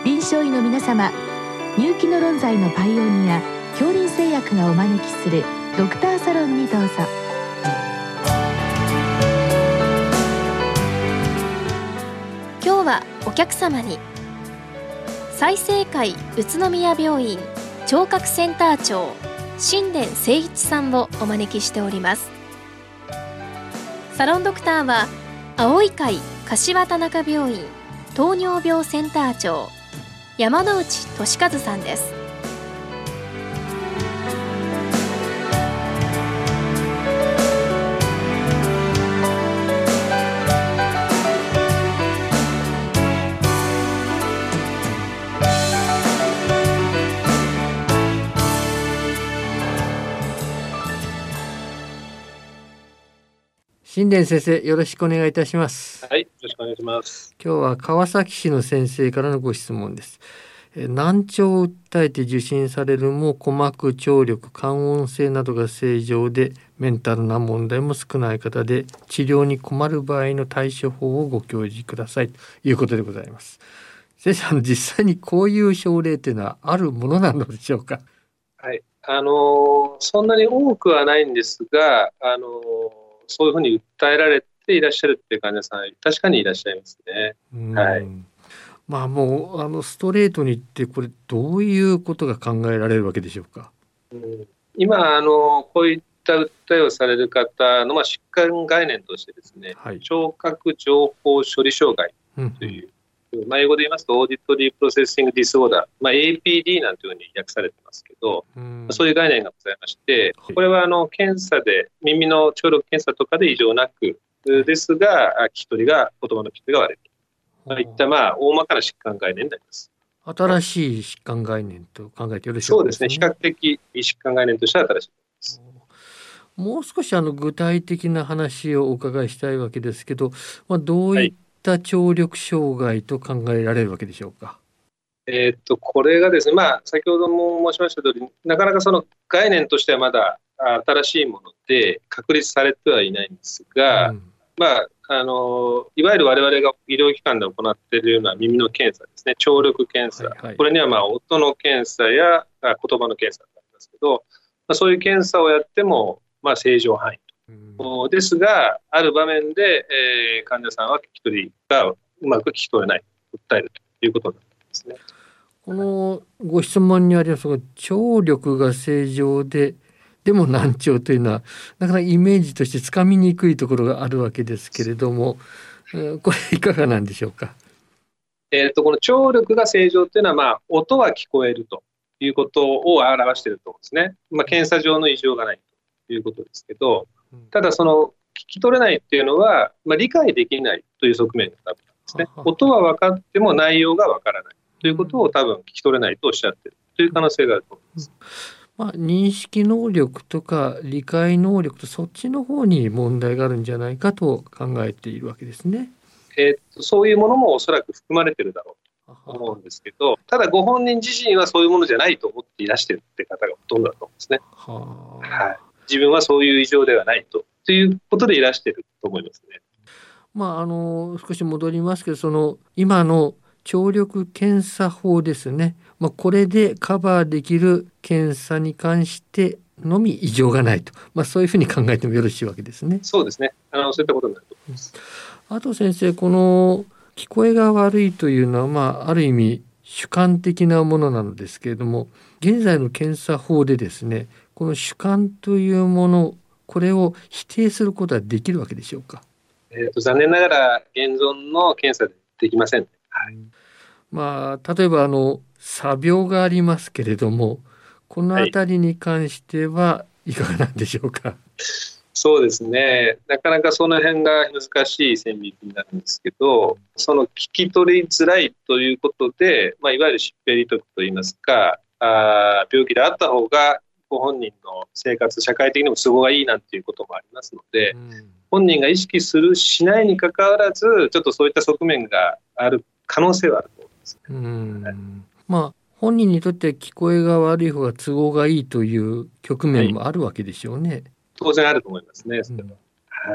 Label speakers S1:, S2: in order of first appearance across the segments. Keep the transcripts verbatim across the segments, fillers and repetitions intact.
S1: 臨床医の皆様、入気の論剤のパイオニア恐林製薬がお招きするドクターサロンにどうぞ。
S2: 今日はお客様に済生会宇都宮病院聴覚センター長新田誠一さんをお招きしております。サロンドクターは青い会柏田中病院糖尿病センター長山内俊和さんです。
S3: 新田先生、よろしくお願いいたします。
S4: はい、よろしくお願いします。
S3: 今日は川崎市の先生からのご質問です。難聴を訴えて受診されるも鼓膜張力感音性などが正常でメンタルな問題も少ない方で治療に困る場合の対処法をご教示くださいということでございます。先生、あの実際にこういう症例というのはあるものなのでしょうか。
S4: はい、あのそんなに多くはないんですが、あのそういうふうに訴えられていらっしゃるっていう患者さん確かにいらっしゃいますね。はい、
S3: まあもうあのストレートに言ってこれどういうことが考えられるわけでしょうか。
S4: うん、今あのこういった訴えをされる方の、まあ、疾患概念としてですね、はい、聴覚情報処理障害という、うんうんまあ、英語で言いますとオーディトリープロセッシングディスオーダー、まあ、エーピーディー なんていうふうに訳されてますけど、うん、そういう概念がございまして、これはあの検査で耳の聴力検査とかで異常なくですが聞き取りが言葉の聞き取りが悪いと、まあ、いったまあ大まかな疾患概念になります。
S3: 新しい疾患概念と考えてよろしいでしょうか。
S4: そうですね、比較的疾患概念としては新しいです。
S3: もう少しあの具体的な話をお伺いしたいわけですけど、まあ、どういった聴力障害と考えられるわけでしょうか。
S4: はい、えー、っとこれがですね、まあ、先ほども申しました通りなかなかその概念としてはまだ新しいもので確立されてはいないんですが、うんまあ、あのいわゆる我々が医療機関で行っているような耳の検査ですね、聴力検査、はいはい、これにはまあ音の検査や言葉の検査がありますけど、まあ、そういう検査をやってもまあ正常範囲と、うん、ですがある場面で、えー、患者さんは聞き取りがうまく聞き取れない訴えるということになっていますね。
S3: このご質問にありますが聴力が正常ででも難聴というのはなかなかイメージとしてつかみにくいところがあるわけですけれども、これいかがなんでしょうか。
S4: えー、とこの聴力が正常というのは、まあ、音は聞こえるということを表していると思うんですね。まあ、検査上の異常がないということですけど、ただその聞き取れないっていうのは、まあ、理解できないという側面が多分ですね。音は分かっても内容が分からないということを多分聞き取れないとおっしゃっているという可能性があると思います。
S3: まあ、認識能力とか理解能力とそっちの方に問題があるんじゃないかと考えているわけですね。
S4: えー、とそういうものもおそらく含まれているだろうと思うんですけど、ただご本人自身はそういうものじゃないと思っていらしているって方がほとんどだと思うんですね。ははい、自分はそういう異常ではないとということでいらしていると思いますね。
S3: まあ、あの少し戻りますけどその今の聴力検査法ですね、まあ、これでカバーできる検査に関してのみ異常がないと、まあ、そういうふうに考えてもよろしいわけですね。
S4: そうですね、あのそういったことになると思います。
S3: あと先生、この聞こえが悪いというのは、まあ、ある意味主観的なものなのですけれども、現在の検査法でですねこの主観というものこれを否定することはできるわけでしょうか。
S4: えー、と残念ながら現存の検査でできません。はい、
S3: まあ、例えばあの詐病がありますけれどもこのあたりに関してはいかがなんでしょうか。はい、
S4: そうですね、なかなかその辺が難しい線引きになるんですけど、その聞き取りづらいということで、まあ、いわゆる疾病利得といいますかあ病気であった方がご本人の生活社会的にも都合がいいなんていうこともありますので、うん、本人が意識するしないにかかわらずちょっとそういった側面がある可能性はあると思います。うん、
S3: はい、まあ本人にとって聞こえが悪い方が都合がいいという局面もあるわけでしょうね。はい、
S4: 当然あると思いますね。それは、うん、はい、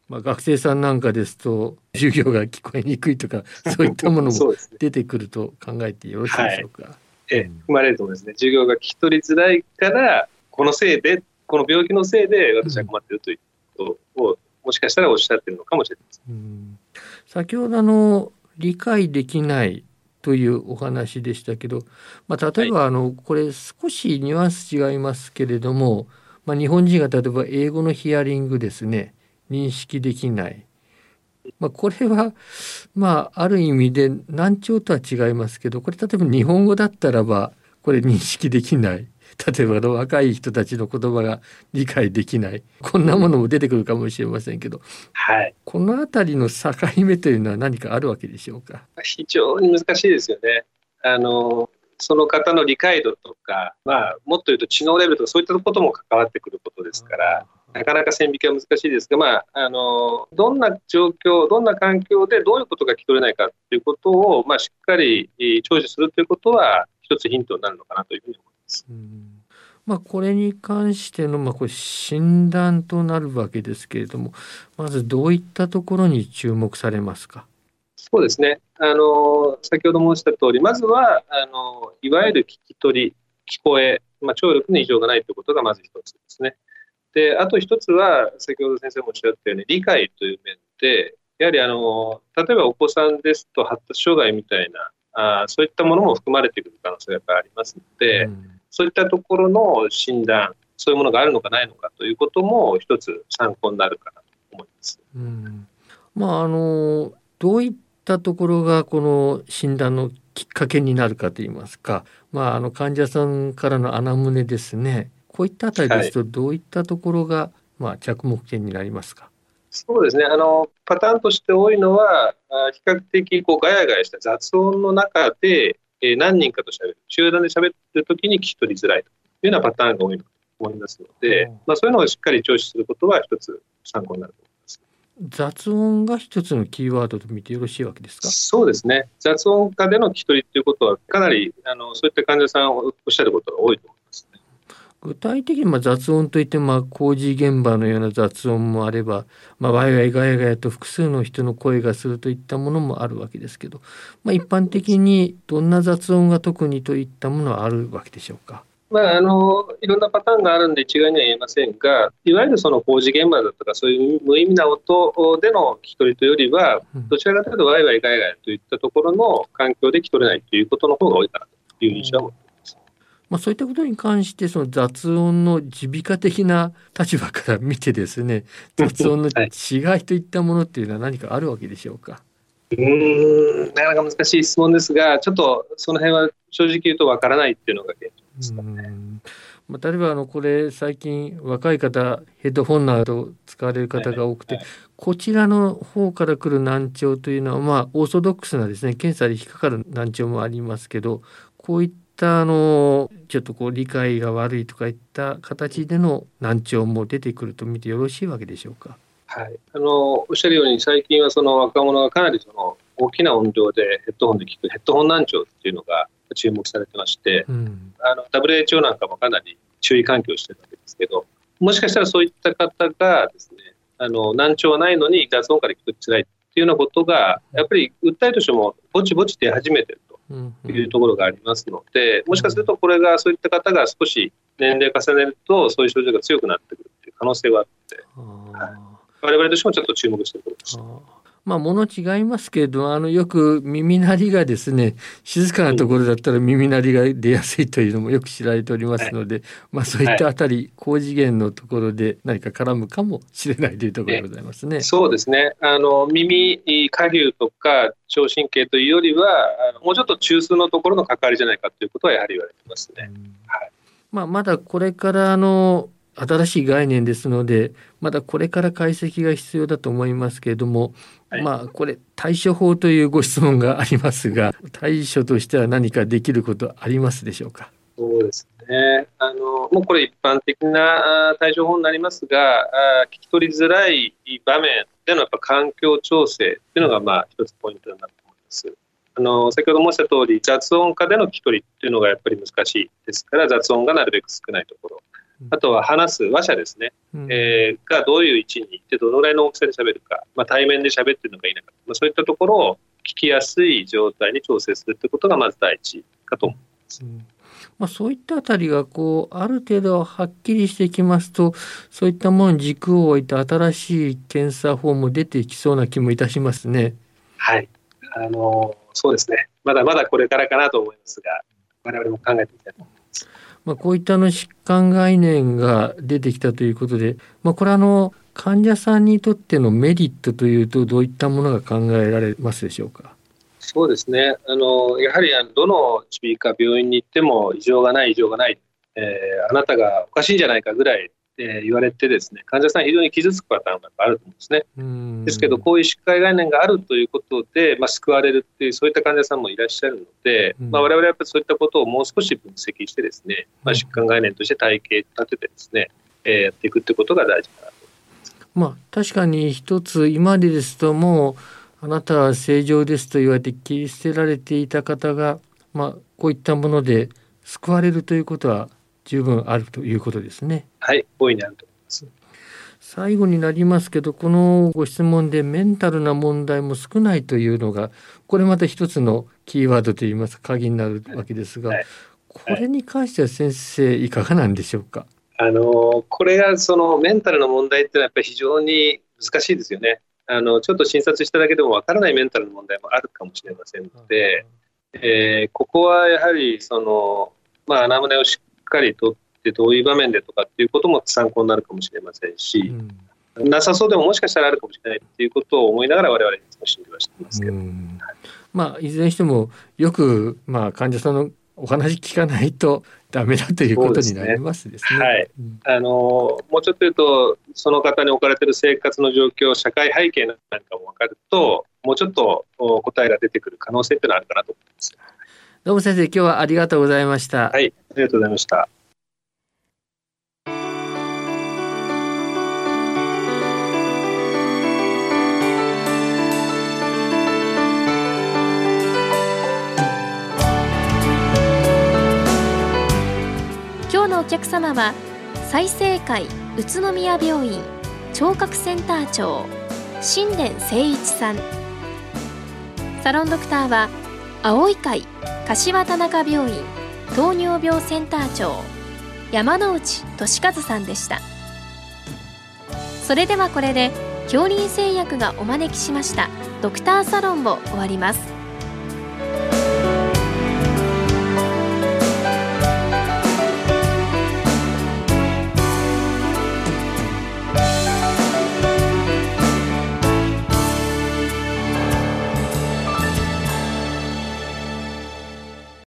S3: まあ、学生さんなんかですと授業が聞こえにくいとかそういったものも出てくると考えてよろしいでしょうか。はい、
S4: ええ、含まれると思いますね。授業が聞き取りづらいからこのせいでこの病気のせいで私は困っているということを、うん、もしかしたらおっしゃっているのかもしれません。うん、
S3: 先ほどあの理解できないというお話でしたけど、まあ、例えばあの、はい、これ少しニュアンス違いますけれども、まあ、日本人が例えば英語のヒアリングですね、認識できない、まあ、これはまあある意味で難聴とは違いますけど、これ例えば日本語だったらばこれ認識できない、例えば若い人たちの言葉が理解できない、こんなものも出てくるかもしれませんけど、はい、このあたりの境目というのは何かあるわけでしょうか。
S4: 非常に難しいですよね。あのその方の理解度とか、まあ、もっと言うと知能レベルとかそういったことも関わってくることですから、なかなか線引きは難しいですが、まあ、あのどんな状況、どんな環境でどういうことが聞き取れないかということを、まあ、しっかり聴取するということは一つヒントになるのかなというふうに思います。
S3: うん、まあ、これに関しての、まあ、これ診断となるわけですけれども、まずどういったところに注目されますか。
S4: そうですね、あの先ほど申した通り、まずはあのいわゆる聞き取り、聞こえ、まあ、聴力に異常がないということがまず一つですね。で、あと一つは先ほど先生もおっしゃったように理解という面で、やはりあの例えばお子さんですと発達障害みたいなあそういったものも含まれてくる可能性がやっぱりありますので、うん、そういったところの診断、そういうものがあるのかないのかということも一つ参考になるかなと思います。
S3: うん、まああのどういったところがこの診断のきっかけになるかといいますか、まあ、あの患者さんからの穴胸ですね、こういったあたりですとどういったところが、はい、まあ、着目点になりますか。
S4: そうですね、あのパターンとして多いのは比較的こうガヤガヤした雑音の中で、えー、何人かとしゃべる、集団でしゃべってる時に聞き取りづらいというようなパターンが多いと思いますので、うん、まあ、そういうのをしっかり聴取することは一つ参考になると思います。
S3: 雑音が一つのキーワードと見てよろしいわけですか。
S4: そうですね、雑音下での聞き取りということはかなりあのそういった患者さんをおっしゃることが多いと思いますね。
S3: 具体的にまあ雑音といっても、まあ工事現場のような雑音もあれば、まあ、ワイワイガヤガヤと複数の人の声がするといったものもあるわけですけど、まあ、一般的にどんな雑音が特にといったものはあるわけでしょうか。
S4: まあ、あのいろんなパターンがあるんで一概には言えませんが、いわゆるその工事現場だとかそういう無意味な音での聞き取りというよりは、どちらかというとワイワイガヤガヤといったところの環境で聞き取れないということの方が多いかなという印象は持っています。
S3: まあ、そういったことに関してその雑音の耳鼻科的な立場から見てですね、雑音の違いといったものっていうのは何かあるわけでしょうか。
S4: うーん、なかなか難しい質問ですが、ちょっとその辺は正直言うとわからないっていうのが現状ですかね。
S3: まあ、例えばあのこれ最近若い方ヘッドホンなど使われる方が多くて、はいはい、こちらの方から来る難聴というのはまあオーソドックスなですね、検査で引っかかる難聴もありますけど、こういったあのちょっとこう理解が悪いとかいった形での難聴も出てくると見てよろしいわけでしょうか。
S4: はい、あのおっしゃるように最近はその若者がかなりその大きな音量でヘッドホンで聞くヘッドホン難聴っていうのが注目されてまして、うん、あの ダブリューエイチオー なんかもかなり注意喚起をしてるわけですけど、もしかしたらそういった方がですね、あの難聴はないのに雑音から聞くとつらいっていうようなことがやっぱり訴えとしてもぼちぼち出始めてるというところがありますので、もしかするとこれがそういった方が少し年齢重ねるとそういう症状が強くなってくるっていう可能性はあって、はい、我々としてもちょっと注目しているところです。
S3: まあ、もの違いますけれど、あのよく耳鳴りがですね、静かなところだったら耳鳴りが出やすいというのもよく知られておりますので、はい、まあ、そういったあたり、はい、高次元のところで何か絡むかもしれないというところでございますね。
S4: そうですね、あの耳下流とか聴神経というよりはもうちょっと中枢のところの関わりじゃないかということはやはり言われていますね。はい、
S3: まあ、まだこれからあの新しい概念ですので、まだこれから解析が必要だと思いますけれども、はい、まあこれ対処法というご質問がありますが、対処としては何かできることありますでしょうか。
S4: そうですね、あのもうこれ一般的な対処法になりますが、聞き取りづらい場面でのやっぱ環境調整というのがまあ一つポイントになると思います。あの先ほど申した通り雑音下での聞き取りというのがやっぱり難しいですから、雑音がなるべく少ないところあとは話す話者ですね、うん、えー、がどういう位置に行ってどのぐらいの大きさで喋るか、まあ、対面で喋ってるのか否か、まあ、そういったところを聞きやすい状態に調整するということがまず第一かと思います。うん、
S3: まあ、そういったあたりがこうある程度はっきりしてきますと、そういったものに軸を置いた新しい検査法も出てきそうな気もいたしますね。
S4: はい、あのそうですね、まだまだこれからかなと思いますが、我々も考えていきたいと思います。
S3: まあ、こういったの疾患概念が出てきたということで、まあ、これはあの患者さんにとってのメリットというとどういったものが考えられますでしょうか。
S4: そうですね、あのやはりどの耳鼻科病院に行っても異常がない異常がない、えー、あなたがおかしいんじゃないかぐらい、えー、言われてですね、患者さん非常に傷つくパターンがあると思うんですね。うんですけどこういう疾患概念があるということで、まあ、救われるっていうそういった患者さんもいらっしゃるので、うん、まあ、我々はやっぱりそういったことをもう少し分析してですね、まあ、疾患概念として体系立ててですね、えー、やっていくってことが大事かなと思います。
S3: まあ、確かに一つ今までですともうあなたは正常ですと言われて切り捨てられていた方が、まあ、こういったもので救われるということは十分あるということですね。
S4: はい、大いにあると思います。
S3: 最後になりますけど、このご質問でメンタルな問題も少ないというのがこれまた一つのキーワードといいますか鍵になるわけですが、はいはい、これに関しては先生いかがなんでしょうか。
S4: あのこれがそのメンタルの問題っていうのはやっぱり非常に難しいですよね。あのちょっと診察しただけでもわからないメンタルの問題もあるかもしれませんので、えー、ここはやはりその、まあ、穴胸をしっかりとってどういう場面でとかっていうことも参考になるかもしれませんし、うん、なさそうでももしかしたらあるかもしれないっていうことを思いながら我々いつも診療はしていますけど、うん、
S3: まあ、いずれにしてもよく、まあ、患者さんのお話聞かないとダメだということになりますですね。
S4: はい、うん、あのもうちょっと言うとその方に置かれている生活の状況、社会背景なんかも分かるともうちょっと答えが出てくる可能性っていうのはあるかなと思います。
S3: どうも先生、今日はありがとうございました。
S4: はい、ありがとうございました。
S2: 今日のお客様は済生会宇都宮病院聴覚センター長新田誠一さん、サロンドクターは青い会柏田中病院糖尿病センター長山内俊和さんでした。それではこれで恐林製薬がお招きしましたドクターサロンを終わります。